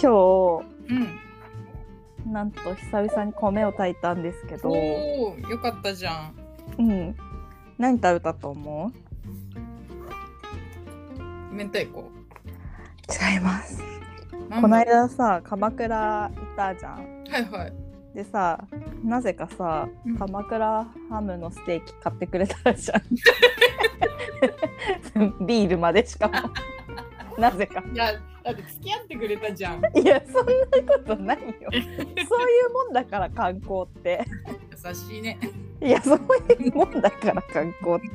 今うん。 日なんと久々に米を炊いたんですけど、 おー、よかったじゃん。 何食べたと思明太子。 う？違います。 なんだこの間さ、鎌倉行ったじゃん。 はいはい。 でさ、なぜかさ、鎌倉ハムのステーキ買ってくれたじゃん。ビールまでしかも。なぜか。 いや、だって付き合ってくれたじゃん。 いや、そんなことないよ。そういうもんだから観光って。 優しいね。 いや、そういうもんだから観光って。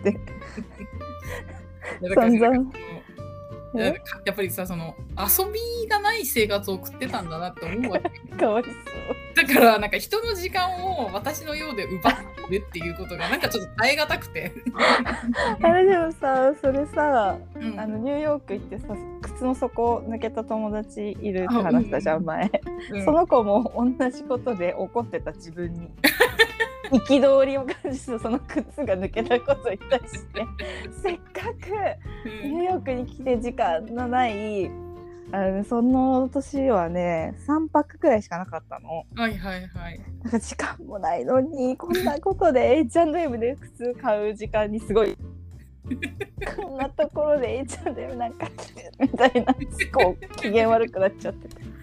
散々。 やっぱりさ、その遊びがない生活を送ってたんだなって思うわけ。 かわいそう。 だからなんか人の時間を私のようで奪ってるっていうことがなんかちょっと耐え難くて。 あれでもさ、それさ、ニューヨーク行ってさ、靴の底抜けた友達いるって話したじゃん、前。その子も同じことで怒ってた自分に。憤りを感じて、その靴が抜けたことに対してせっかくニューヨークに来て時間のないその年はね3泊くらいしかなかったの。 はいはいはい。 なんか時間もないのにこんなことで H&M で靴買う時間にすごいこんなところで H&M なんか着てみたいなこう機嫌悪くなっちゃってて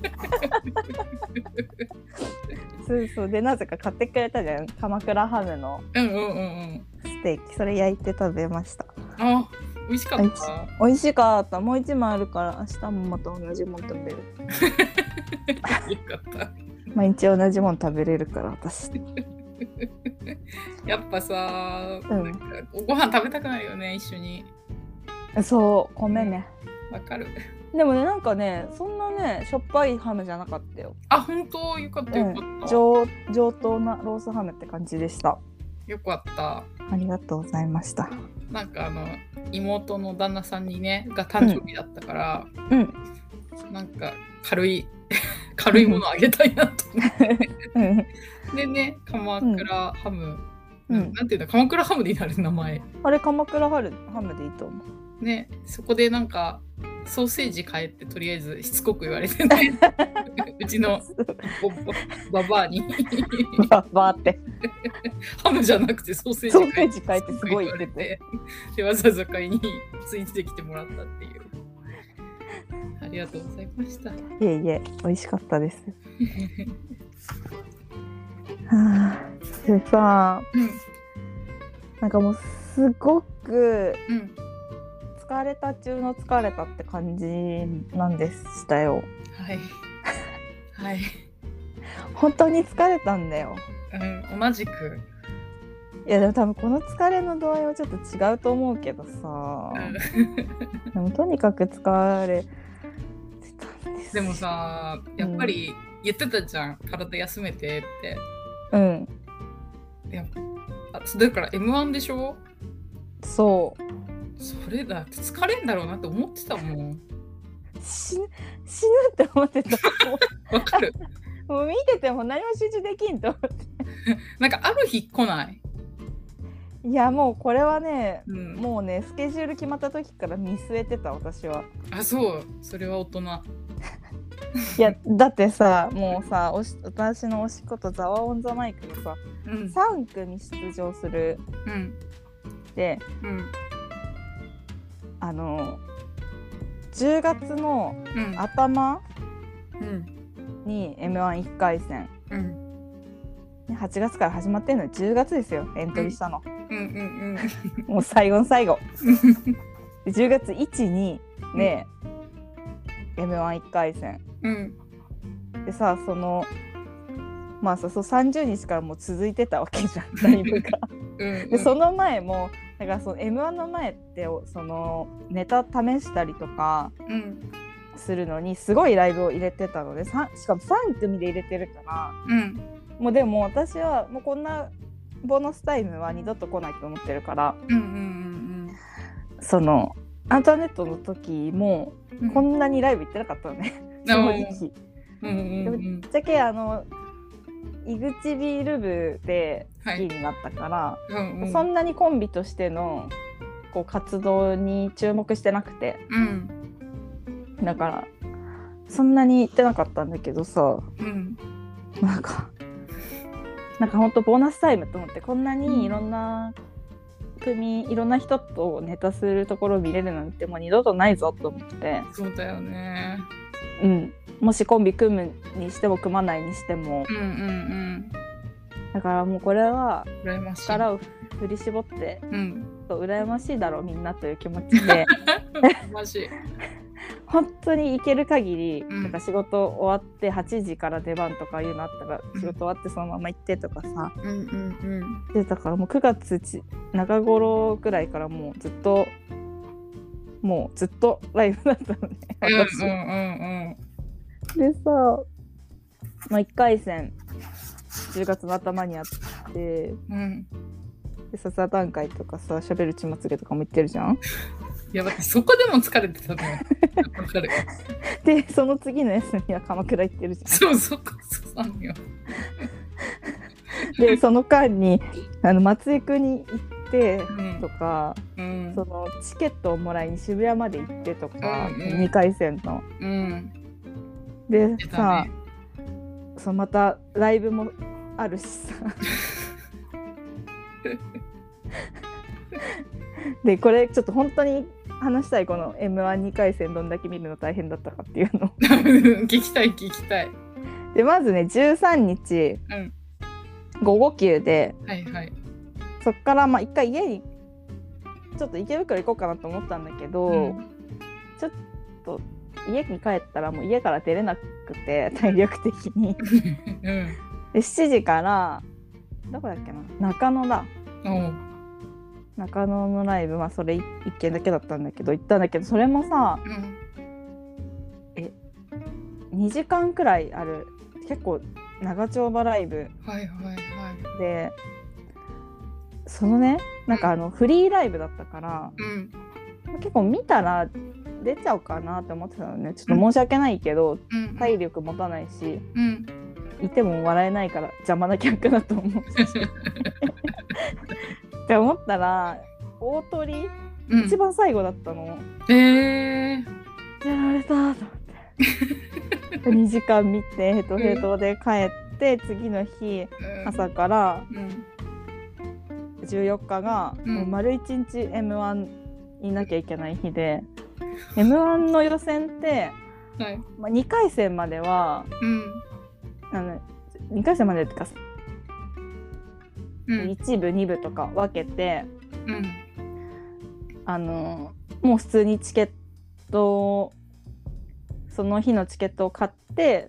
そうでなぜか買ってくれたじゃん、鎌倉ハムのステーキ。それ焼いて食べました。 あ、美味しかった。 美味しかった。もう一枚あるから明日もまた同じもん食べる。よかった。 毎日同じもん食べれるから私。 やっぱさ、なんかご飯食べたくなるよね、一緒に。 そう、米ね。 わかる。 でもね、なんかね、そんなね、しょっぱいハムじゃなかったよ。 あ、本当？よかったよかった。 上等なロースハムって感じでした。 よかった。 ありがとうございました。 なんか妹の旦那さんにね、が誕生日だったから、なんか軽いものあげたいなと思って。でね、鎌倉ハム、なんていうんだ、鎌倉ハムでいいなる名前。 あれ、鎌倉ハムでいいと思う。ね、そこでなんか、ソーセージ買えってとりあえずしつこく言われてね。うちのババアに。 ババアって。 ハムじゃなくてソーセージ買えってすごい言ってて。 で、わざわざ買いについてきてもらったっていう。ありがとうございました。いえいえ、美味しかったです。はあ、でさ、なんかもうすごく疲れた中の疲れたって感じなんでしたよ。 はいはい。 本当に疲れたんだよ。 同じく。 いやでも多分この疲れの度合いはちょっと違うと思うけどさ、でもとにかく疲れてたんです。 でもさ、やっぱり言ってたじゃん、体休めてって。いや、だから M1 でしょ？そう。それだって疲れんだろうなって思ってたもん。 死ぬって思ってた。 わかる。 もう見てても何も集中できんと思って。 なんかある日来ない？ いやもうこれはね、もうねスケジュール決まった時から見据えてた私は。 あ、そう。それは大人。 いやだってさ、もうさ、私の推しことザワオンザマイクのさ、3組出場する、で、10月の頭に M11 回戦、8月から始まってるのに10月ですよ、エントリーしたの。もう最後の最後。10月1にね、M11 回戦。でさ、まあさ、そう30日からもう続いてたわけじゃん、ライブが。でその前もだからその M1 の前ってそのネタ試したりとかするのにすごいライブを入れてたので、しかも3組で入れてるから、もうでも私はもうこんなボーナスタイムは二度と来ないと思ってるから、そのアンターネットの時もこんなにライブ行ってなかったのね、正直。ぶっちゃけ井口ビール部で好きになったから、そんなにコンビとしてのこう活動に注目してなくて、だからそんなに行ってなかったんだけどさ、なんかほんとボーナスタイムと思って、こんなにいろんないろんな人とネタするところを見れるなんてもう二度とないぞと思って。 そうだよね。 もしコンビ組むにしても組まないにしても、だからもうこれは力を振り絞って、羨ましいだろうみんなという気持ちでマジ本当に行ける限り、なんか仕事終わって8時から出番とかいうのあったら、仕事終わってそのまま行ってとかさ、でだからもう9月中頃ぐらいからもうずっとライブだったのね、私。でさ、1回戦10月の頭にあって、でさ、座談会とかさ、喋るちまつげとかも行ってるじゃん。 いや、私そこでも疲れてたのよ。わかる。 で、その次の休みは鎌倉行ってるじゃん。 そうなのよ。 で、その間に松江区に行ってとか、そのチケットをもらいに渋谷まで行ってとか、2回戦の。でさ、またライブもあるしさ。でこれちょっと本当に話したい、この M12 回戦どんだけ見るの大変だったかっていうの聞きたい。 でまずね、13日、午後休で、そっから一回家にちょっと池袋行こうかなと思ったんだけど、ちょっと家に帰ったらもう家から出れなくて、体力的にで7時からどこだっけな、中野だ。中野のライブ、それ1件だけだったんだけど行ったんだけど、それもさ、2時間くらいある結構長丁場ライブで、そのね、なんかフリーライブだったから、結構見たら出ちゃうかなって思ってたのね。ちょっと申し訳ないけど、体力持たないし、いても笑えないから邪魔な客だと思うしって思ったら、大鳥、一番最後だったの。やられたと思って2時間見てヘトヘトで帰って、次の日、朝から14日がもう丸1日 M1 いなきゃいけない日で、M1 の予選って、2回戦までは、2回戦までってか、1部2部とか分けて、もう普通にチケット、その日のチケットを買って、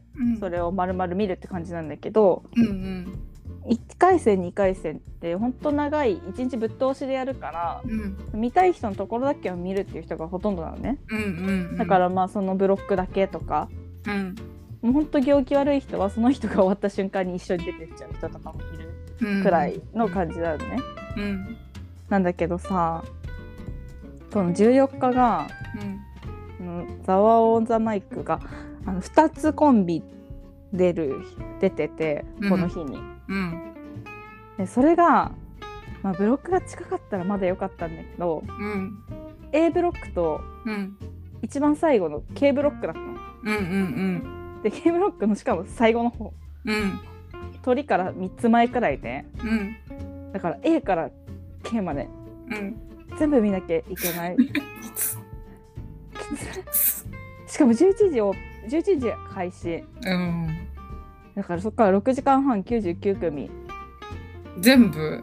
それを丸々見るって感じなんだけど、1回戦2回戦ってほんと長い、1日ぶっ通しでやるから、見たい人のところだけを見るっていう人がほとんどなのね。だからそのブロックだけとか、もうほんと行儀悪い人はその人が終わった瞬間に一緒に出てっちゃう人とかもいるくらいの感じなのね。なんだけどさ、この14日が、ザワオンザマイクが2つコンビ出てて、この日に、でそれが、ブロックが近かったらまだ良かったんだけど、A ブロックと、一番最後の K ブロックだったの。で K ブロックのしかも最後の方、鳥から3つ前くらいで、だから A から K まで、全部見なきゃいけないしかも11時開始、だからそっから6時間半99組全部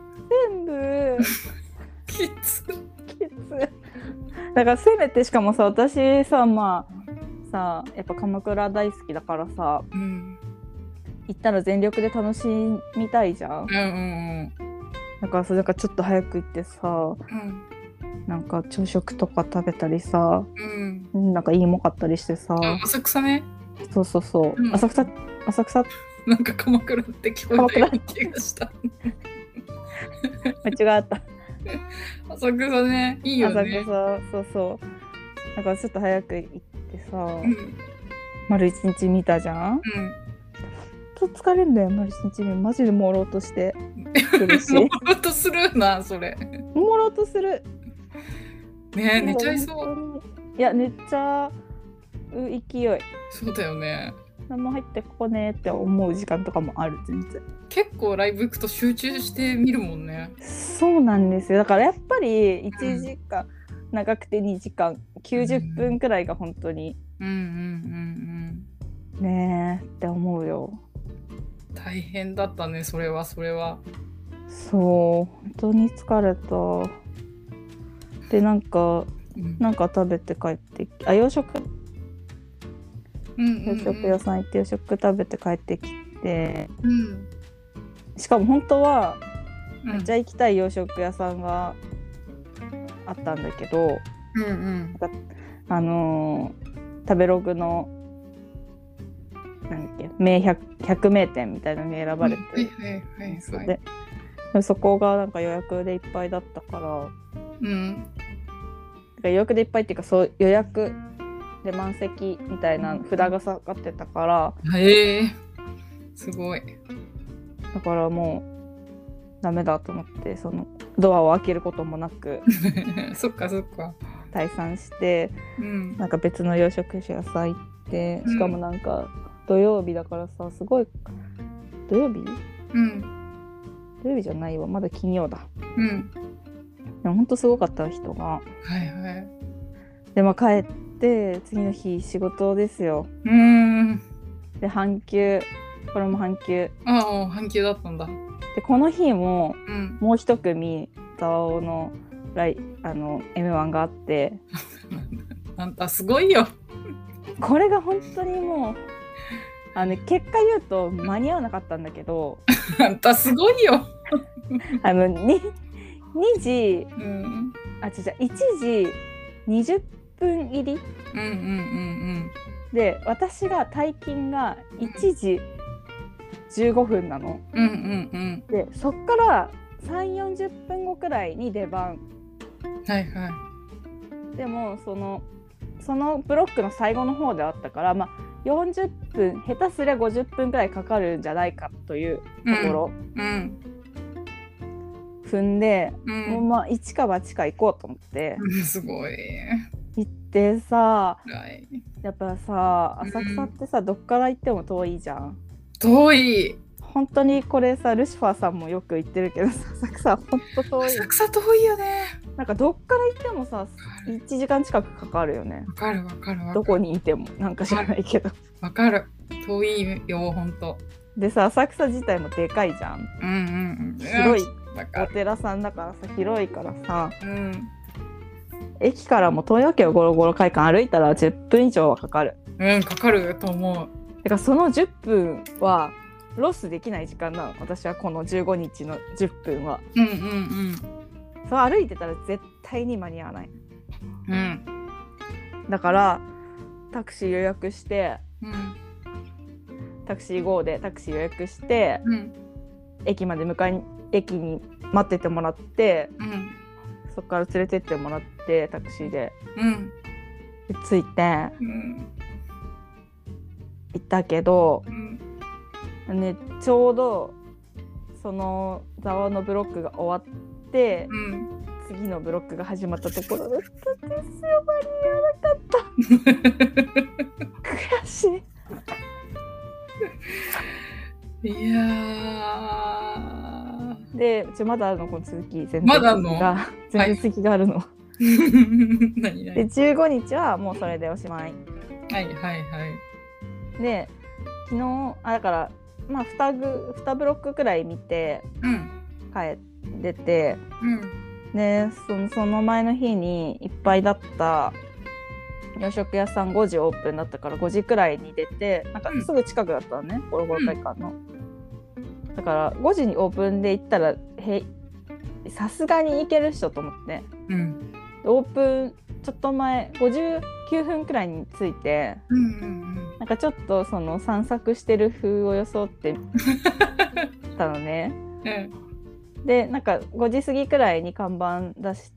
きつだからせめて、しかもさ、私さ、やっぱ鎌倉大好きだからさ、行ったら全力で楽しみたいじゃん。だからなんかちょっと早く行ってさ、なんか朝食とか食べたりさ、なんかいいもん買ったりしてさ。 浅草ね。 そう、浅草なんか鎌倉って聞こえたような気がした間違った浅草ね、いいよね。 浅草、そうだからちょっと早く行ってさ、丸一日見たじゃん。と疲れんだよ、丸一日見。マジで朦朧としてくるし朦朧とするな、それ。 朦朧とするね。 寝ちゃいそう。 いや、寝ちゃ勢い。 そうだよね。 何も入ってこねって思う時間とかもある。全然結構ライブ行くと集中して見るもんね。 そうなんですよ。だからやっぱり1時間、長くて2時間90分くらいが本当にねえって思うよ。 大変だったね、それは。そう本当に疲れた。でなんか食べて帰って洋食屋さん行って洋食食べて帰ってきて、しかも本当はめっちゃ行きたい洋食屋さんがあったんだけど、食べログのなんだっけ100名店みたいなのに選ばれて、でそこがなんか予約でいっぱいだったから、予約でいっぱいっていうかそう予約で満席みたいな札が下がってたから、 すごい。 だからもうダメだと思ってそのドアを開けることもなくそっか退散して、なんか別の洋食屋さん行って、しかもなんか土曜日だからさ、すごい土曜日じゃないわ、まだ金曜だ。でもほんとすごかった人が。で帰って次の日仕事ですよ。で半休、これも半休。 半休だったんだ。 でこの日も、もう一組ザワオのM1 があってあんたすごいよ。 これが本当にもう結果言うと間に合わなかったんだけどあんたすごいよ。 2時、1時20分入り、で私が退勤が1時15分なの、でそっから3、40分後くらいに出番、でもそのブロックの最後の方であったから、40分下手すりゃ50分くらいかかるんじゃないかというところ、踏んで、もう一か八か行こうと思って、 すごい行ってさ、やっぱさ浅草ってさ、どっから行っても遠いじゃん。 遠い。 本当にこれさルシファーさんもよく言ってるけどさ、浅草ほんと遠い。 浅草遠いよね。 なんかどっから行ってもさ1時間近くかかるよね。 わかるどこにいてもなんか知らないけどわかる。遠いよほんと。 でさ浅草自体もでかいじゃん。広いお寺さんだからさ、広いからさ、駅からも遠いわけよ。ゴロゴロ会館歩いたら10分以上はかかる。 かかると思う。 だからその10分はロスできない時間なの。私はこの15日の10分は。そう歩いてたら絶対に間に合わない。だからタクシー予約して、タクシー GO でタクシー予約して、駅まで駅に待っててもらって、そこから連れてってもらってタクシーで、で着いて、行ったけど、ね、ちょうどそのザワのブロックが終わって、次のブロックが始まったところだったんですよ。間に合わなかった悔しい。いやでまだこの続き全然続きがあるの何で15日はもうそれでおしまい。で昨日だから2ブロックくらい見て帰ってて、でその前の日にいっぱいだった洋食屋さん5時オープンだったから5時くらいに出て、なんかすぐ近くだったのね、ゴロゴロ会館の。だから5時にオープンで行ったらさすがに行けるっしょと思って、オープンちょっと前59分くらいに着いて、なんかちょっとその散策してる風を装ってたのね。でなんか5時過ぎくらいに看板出して、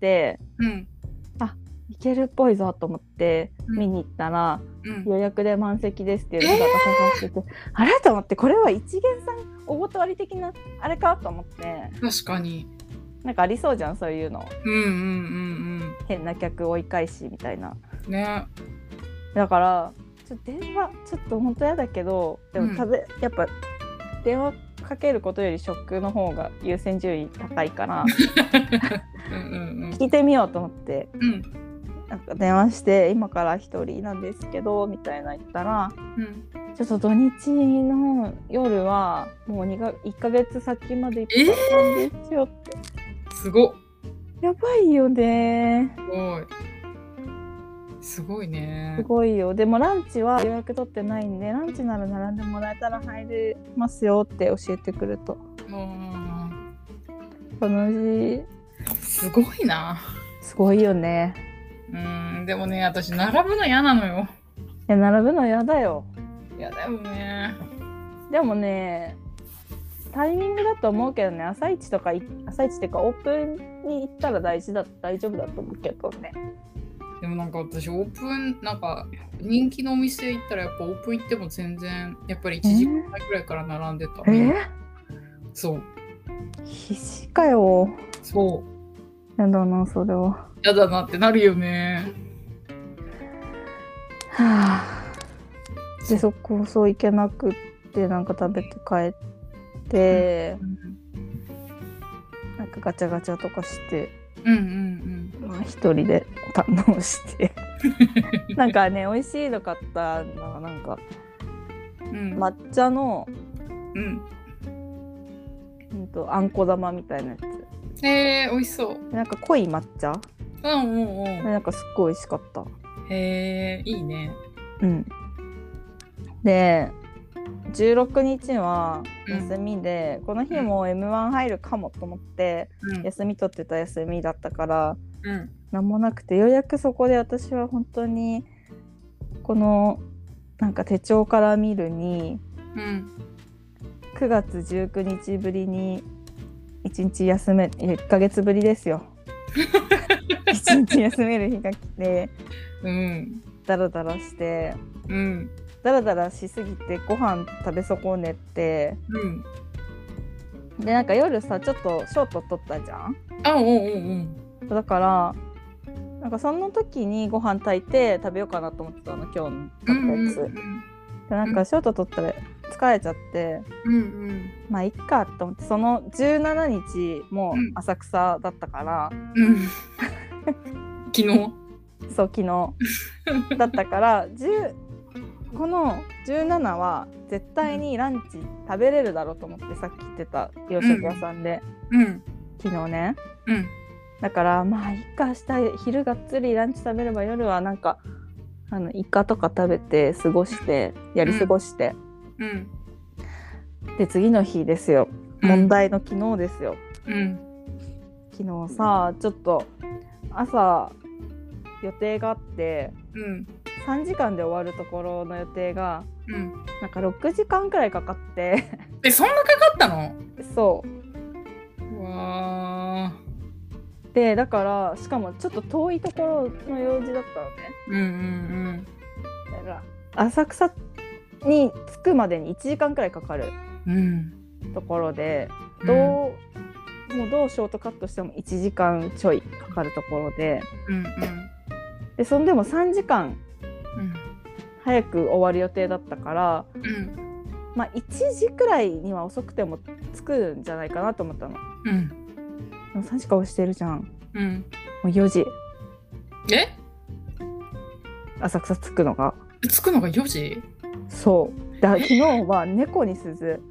いけるっぽいぞと思って見に行ったら、予約で満席ですっていうのが出させてて、あれと思って、これは一元さんお断り的なあれかと思って。 確かになんかありそうじゃんそういうの。変な客追い返しみたいなね。 だから電話ちょっと本当嫌だけど、でもやっぱ電話かけることより食の方が優先順位高いから聞いてみようと思って、なんか電話して今から一人なんですけどみたいな言ったら、ちょっと土日の夜はもう1ヶ月先まで行ったんですよって、 すごっ、 やばいよね。 すごいね。 すごいよ。でもランチは予約取ってないんで、ランチなら並んでもらえたら入れますよって教えてくると楽しい。 すごいな。 すごいよね。 でもね、私並ぶの嫌なのよ。 いや、並ぶの嫌だよ。 嫌だよね。 でもね、タイミングだと思うけどね、朝一っていうかオープンに行ったら大丈夫だと思うけどね。 でもなんか私オープンなんか人気のお店行ったらやっぱオープン行っても全然やっぱり1時間前くらいから並んでた。そう。 必死かよ。 そう。 やだな、それは。 やだなってなるよね。 はぁ。でそこそう行けなくってなんか食べて帰って、なんかガチャガチャとかして。まあ、一人で堪能してなんかね美味しいの買ったのはなんか、抹茶の、あんこ玉みたいなやつ。 美味しそう。 なんか濃い抹茶。なんかすっごい美味しかった。 いいね。 で16日は休みで、この日も M1 入るかもと思って、休み取ってた休みだったから、なんもなくて、ようやくそこで私は本当にこのなんか手帳から見るに、9月19日ぶりに1日休め1ヶ月ぶりですよ1日休める日が来て、ダラダラして、ダラダラしすぎてご飯食べ損ねて、でなんか夜さちょっとショート撮ったじゃん。だからなんかその時にご飯炊いて食べようかなと思ってたの、今日の買ったやつ。でなんかショート撮ったら疲れちゃって、まあいっかと思って、その17日も浅草だったから、 昨日そう昨日だったからこの17は絶対にランチ食べれるだろうと思って、さっき言ってた洋食屋さんで、昨日ね、だからまあいっか、明日昼がっつりランチ食べれば夜はなんかイカとか食べて過ごしてやり過ごして、で次の日ですよ、問題の昨日ですよ、昨日さちょっと朝予定があって、3時間で終わるところの予定が、なんか6時間くらいかかってそんなかかったの？ そう。 わー。でだからしかもちょっと遠いところの用事だったのね。だから浅草に着くまでに1時間くらいかかるところで、もうどうショートカットしても1時間ちょいかかるところで、でそんでも3時間早く終わる予定だったから、まあ1時くらいには遅くても着くんじゃないかなと思ったの。でも3時間押してるじゃん。もう4時。浅草着くのが 4時？ そう。昨日は猫に鈴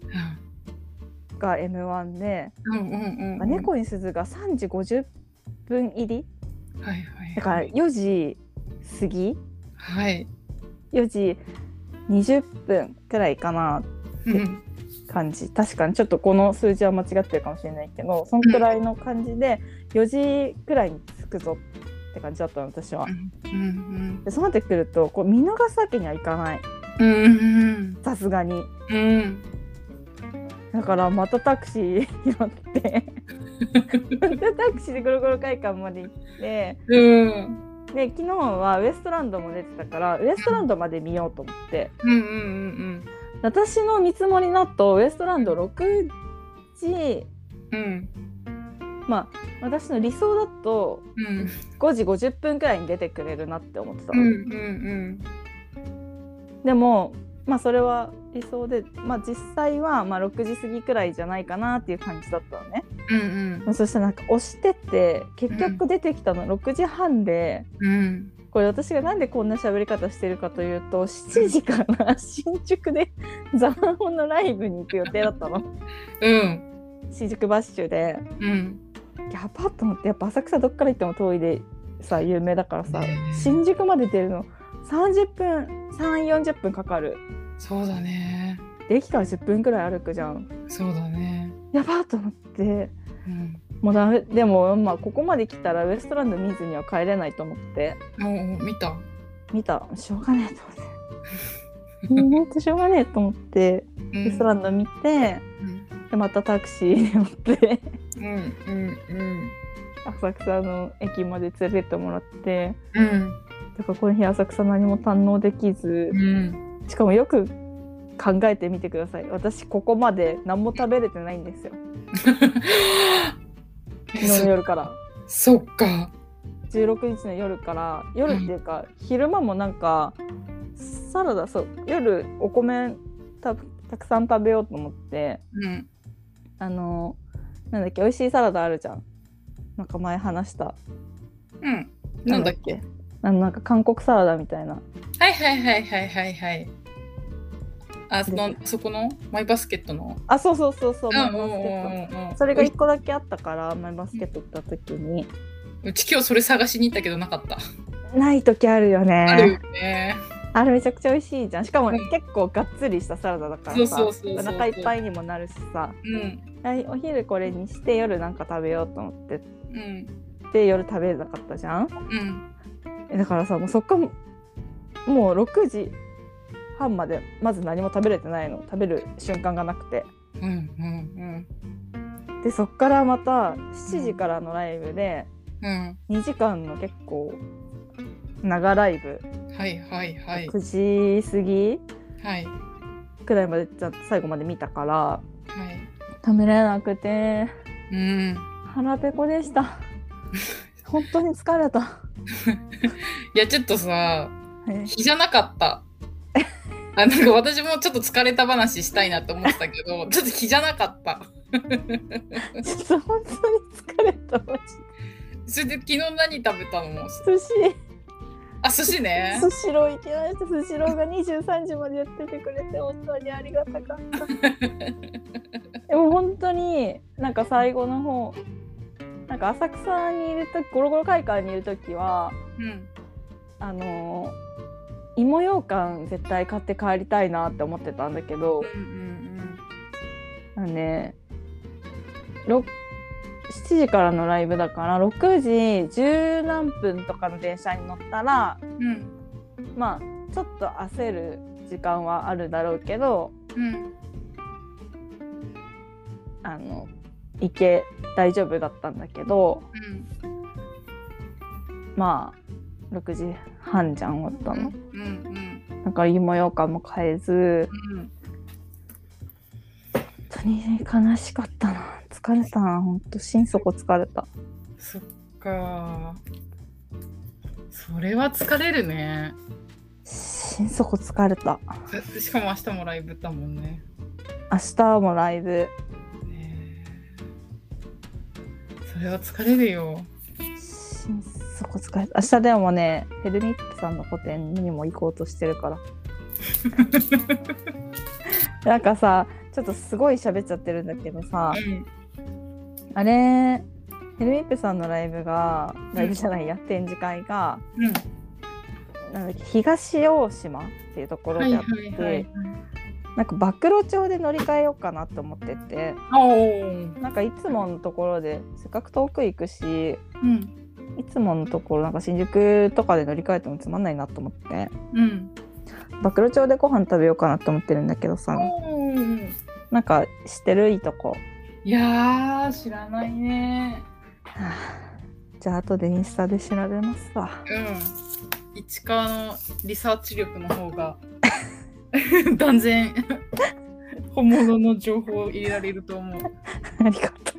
が M1 で、猫に鈴が3時50分入り、だから4時過ぎ、4時20分くらいかなって感じ、確かにちょっとこの数字は間違ってるかもしれないけど、そんくらいの感じで4時くらいに着くぞって感じだったの私は。でそうなってくるとこう見逃すわけにはいかない、さすがに。だからまたタクシー拾ってまたタクシーでゴロゴロ会館まで行って、で昨日はウエストランドも出てたからウエストランドまで見ようと思って、私の見積もりだとウエストランド6時、まあ私の理想だと5時50分くらいに出てくれるなって思ってたの。 でもまあそれは理想で、まあ、実際はまあ6時過ぎくらいじゃないかなっていう感じだったのね。 うんうん、 そしたらなんか押してって結局出てきたの6時半で、 うん、 これ私がなんでこんな喋り方してるかというと7時から新宿でザワホンのライブに行く予定だったの。 うん、 新宿バッシュで、 うん、 やばっと思って、やっぱ浅草どっから行っても遠いでさ有名だからさ、 ね、 新宿まで出るの30分3、40分かかる。 そうだね。 で駅から10分くらい歩くじゃん。 そうだね。 やばっと思って、 うん、 もうダメ。でもまあここまで来たらウエストランド見ずには帰れないと思って、見た。しょうがねえと思ってほんとしょうがねえと思って、ウエストランド見て、でまたタクシーに乗って浅草の駅まで連れてってもらって、だからこの日浅草何も堪能できず、しかもよく考えてみてください。私ここまで何も食べれてないんですよ。昨日の夜から。 そっか。 16日の夜から、夜っていうか、昼間もなんかサラダ、そう夜お米たくさん食べようと思って、なんだっけ、美味しいサラダあるじゃん。なんか前話した。 なんだっけ。 なんか韓国サラダみたいな。 はい。そこのマイバスケットの。 あ、そうマイバスケット。それが1個だけあったからマイバスケット行った時に。 うち今日それ探しに行ったけどなかった。 ない時あるよね。 あるよね。 あれめちゃくちゃ美味しいじゃん。しかも結構がっつりしたサラダだからさ、お腹いっぱいにもなるしさ、お昼これにして夜なんか食べようと思って、で夜食べれなかったじゃん。だからさ、もうそっからもう6時半までまず何も食べれてないの。食べる瞬間がなくて、でそっからまた7時からのライブで、2時間の結構長ライブ、9時過ぎ、くらいまで最後まで見たから、食べれなくて、腹ペコでした。本当に疲れた。 いやちょっとさ、日じゃなかった。なんか私もちょっと疲れた話したいなと思ってたけど、ちょっと日じゃなかった。 ちょっと本当に疲れた。マジで。 それで昨日何食べたの？ 寿司。 あ、寿司ね。 スシロー行きました。スシローが23時までやっててくれて本当にありがたかった。でも本当になんか最後の方、なんか浅草にいるとき、ゴロゴロ会館にいるときは、芋ようかん絶対買って帰りたいなって思ってたんだけど、7時からのライブだから6時10何分とかの電車に乗ったら、まあちょっと焦る時間はあるだろうけど、大丈夫だったんだけど、まあ6時半じゃん終わったの。だから芋ようかんも買えず、本当に悲しかったな。疲れたな、本当心底疲れた。 そっか、それは疲れるね。 心底疲れた。 しかも明日もライブだもんね。 明日もライブ。 それは疲れるよ。 心底疲れた。明日でもね、ヘルミップさんの個展にも行こうとしてるから。なんかさ、ちょっとすごい喋っちゃってるんだけどさ、あれヘルミップさんのライブじゃないや、展示会が、なんだっけ、東大島っていうところであって、なんか暴露町で乗り換えようかなって思ってて、なんかいつものところでせっかく遠く行くし、いつものところなんか新宿とかで乗り換えてもつまんないなと思って、暴露町でご飯食べようかなと思ってるんだけどさ、なんか知ってる？いいとこ。 いやー知らないね。 じゃあ後でインスタで調べますわ。 市川のリサーチ力の方が断然本物の情報を入れられると思う。 ありがとう。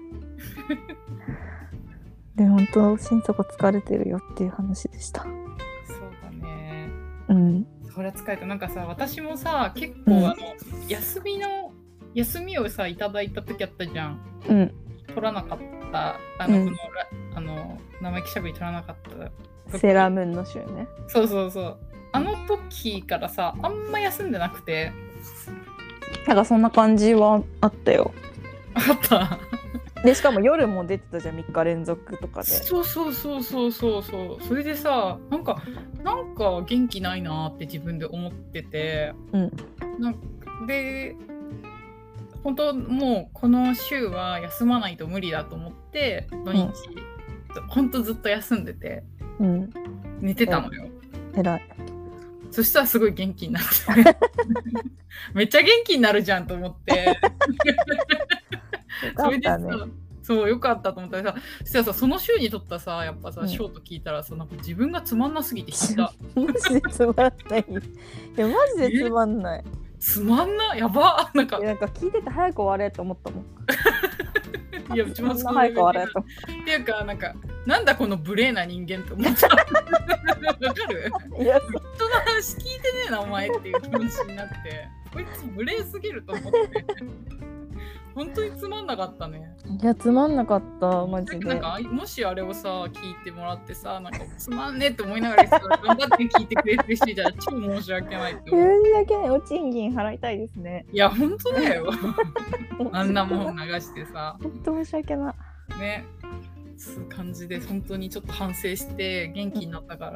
で本当心底疲れてるよっていう話でした。 そうだね。 それは疲れた。なんかさ、私もさ結構、休みをさいただいた時あったじゃん。取らなかったこの生意気しゃべり取らなかったセーラームーンの週ね。 そうあの時からさあんま休んでなくて、 なんかそんな感じはあったよ。 あったでしかも夜も出てたじゃん、3日連続とかで。 そうそれでさなんか元気ないなって自分で思ってて、で本当もうこの週は休まないと無理だと思って土日、本当ずっと休んでて、寝てたのよ。 偉い。 そしたらすごい元気になってめっちゃ元気になるじゃんと思ってそれでさ、そうよかったと思ったらさ、そしたらさその週に撮ったさやっぱさ、ショート聞いたらさなんか自分がつまんなすぎて引いた。 マジでつまんない。いやマジでつまんない。 つまんなやばなんか聞いてて早く終われと思ったもん。 いやうちもそんな早く終われと。 っていうかなんだこの無礼な人間と思った。わかる？ いや人の話聞いてねえなお前っていう気持ちになって、こいつ無礼すぎると思って。本当につまんなかったね。 いやつまんなかったマジで。 なんかもしあれをさ聞いてもらってさなんかつまんねえって思いながらさ頑張って聞いてくれてる人いたら超申し訳ないって思う。 申し訳ない。お賃金払いたいですね。 いや本当だよ。あんなもん流してさ。 本当申し訳ない。 ね。そういう感じで本当にちょっと反省して元気になったから、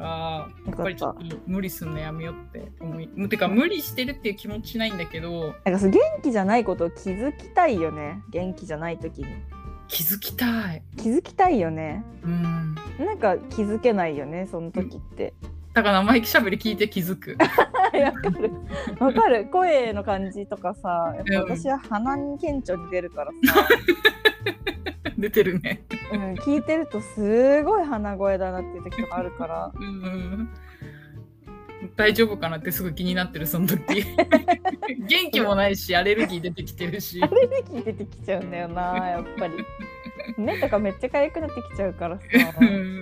やっぱりちょっと無理すんのやめようって思い。てか無理してるっていう気持ちないんだけど、 なんかそう元気じゃないことを気づきたいよね。元気じゃない時に気づきたいよね。なんか気づけないよねその時って、 だから生意気しゃべり聞いて気づく。 わかる声の感じとかさ、やっぱ私は鼻に顕著に出るからさ出てるね、 聞いてるとすごい鼻声だなっていう時とかあるから大丈夫かなってすごい気になってるその時元気もないしアレルギー出てきてるしアレルギー出てきちゃうんだよなやっぱり目とかめっちゃ痒くなってきちゃうからさやっ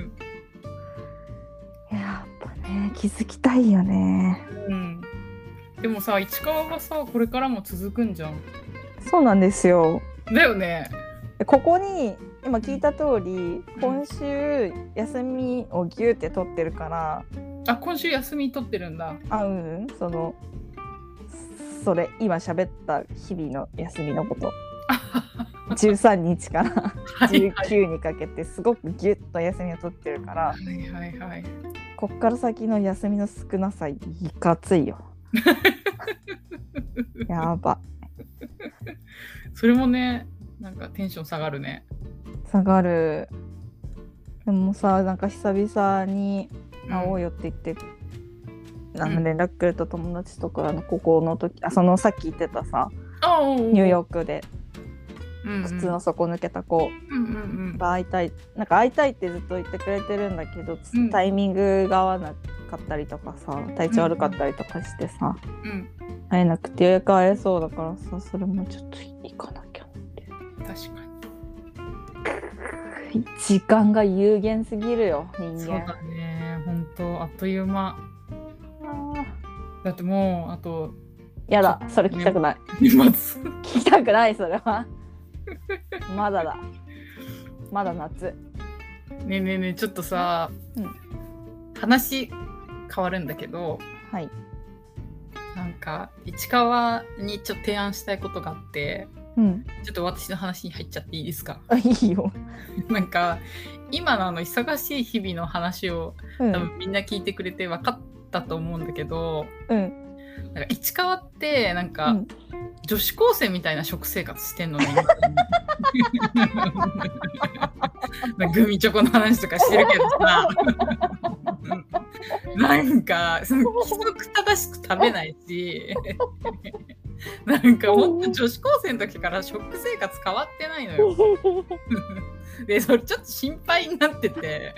ぱね気づきたいよね。 でもさ市川がさこれからも続くんじゃん。 そうなんですよ。 だよね。 ここに今聞いた通り、今週休みをギューって取ってるから。 今週休み取ってるんだ。 それ今喋った日々の休みのこと13日から19にかけてすごくギュッと休みを取ってるから、こっから先の休みの少なさいかついよやば。 それもねなんかテンション下がるね。 下がる。でもさなんか久々に会おうよって言って、連絡くれた友達とか高校の時そのさっき言ってたさニューヨークで靴の底抜けた子が会いたい、なんか会いたいってずっと言ってくれてるんだけど、タイミングが合わなかったりとかさ体調悪かったりとかしてさ、会えなくてようやく会えそうだからさそれもちょっと行かなきゃって。 確かに時間が有限すぎるよ人間。 そうだねほんとあっという間だってもうあとやだそれ聞きたくない聞きたくないそれはまだ夏。 ねえちょっとさ、話変わるんだけど、なんか市川にちょっと提案したいことがあって、ちょっと私の話に入っちゃっていいですか？ いいよなんか今の忙しい日々の話を、多分みんな聞いてくれて分かったと思うんだけど、なんか市川ってなんか、女子高生みたいな食生活してんのねグミチョコの話とかしてるけどさなんかその規則正しく食べないしなんかもっと女子高生の時から食生活変わってないのよでそれちょっと心配になってて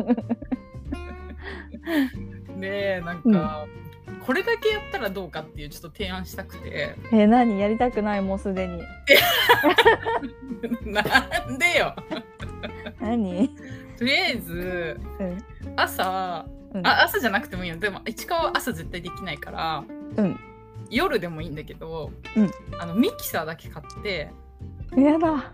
でなんか、これだけやったらどうかっていうちょっと提案したくて。 何やりたくないもうすでになんでよ何とりあえず、 朝、朝じゃなくてもいいよ。でも市川は朝絶対できないから、夜でもいいんだけど、ミキサーだけ買って。 やだ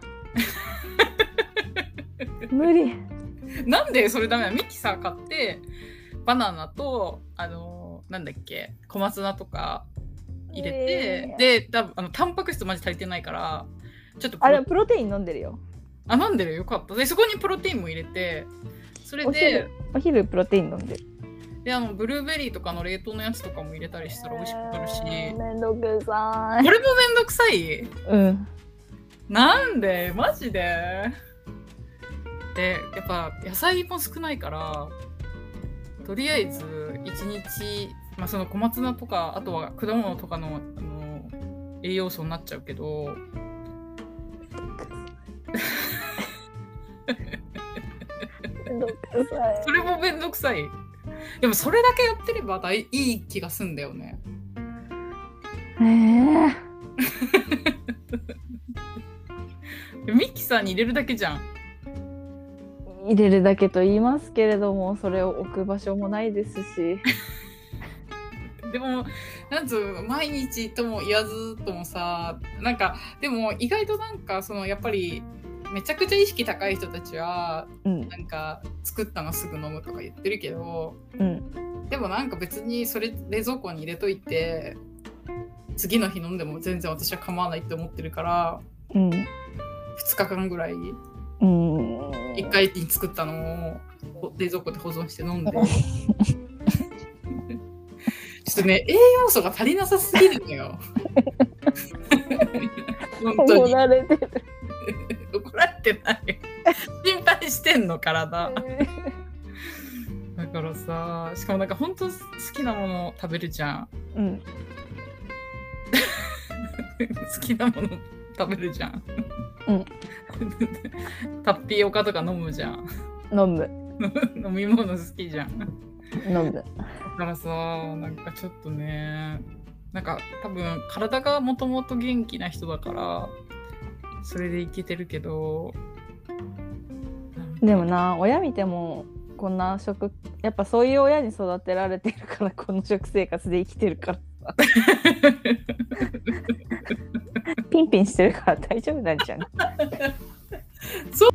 無理。 なんでそれダメなの？ミキサー買ってバナナとなんだっけ、小松菜とか入れて、でタンパク質マジ足りてないからちょっとあれプロテイン飲んでるよ。 飲んでるよかった。でそこにプロテインも入れて、それでお昼プロテイン飲んでる。 でブルーベリーとかの冷凍のやつとかも入れたりしたら美味しくなるし。 めんどくさい。 これもめんどくさい。なんでマジで。でやっぱ野菜も少ないからとりあえず1日、その小松菜とかあとは果物とかの、栄養素になっちゃうけどそれもめんどくさい。でもそれだけやってればいい気がすんだよね。ミキサーに入れるだけじゃん。 入れるだけと言いますけれども、それを置く場所もないですしでもなんつう毎日とも言わずともさ、なんかでも意外となんかそのやっぱりめちゃくちゃ意識高い人たちは、なんか作ったのすぐ飲むとか言ってるけど、でもなんか別にそれ冷蔵庫に入れといて次の日飲んでも全然私は構わないって思ってるから、2日間ぐらい1回に作ったのを冷蔵庫で保存して飲んでちょっとね栄養素が足りなさすぎるのよ本当に怒られてる怒られてない心配してんの体だからさ、しかもなんか本当好きなもの食べるじゃん、好きなもの食べるじゃんタッピオカとか飲むじゃん。 飲む飲み物好きじゃん。 飲む。だからさ、なんかちょっとね、なんか多分体がもともと元気な人だからそれでいけてるけど、 でもな、親見てもこんな食、やっぱそういう親に育てられてるからこの食生活で生きてるからさピンピンしてるから大丈夫なんじゃんそ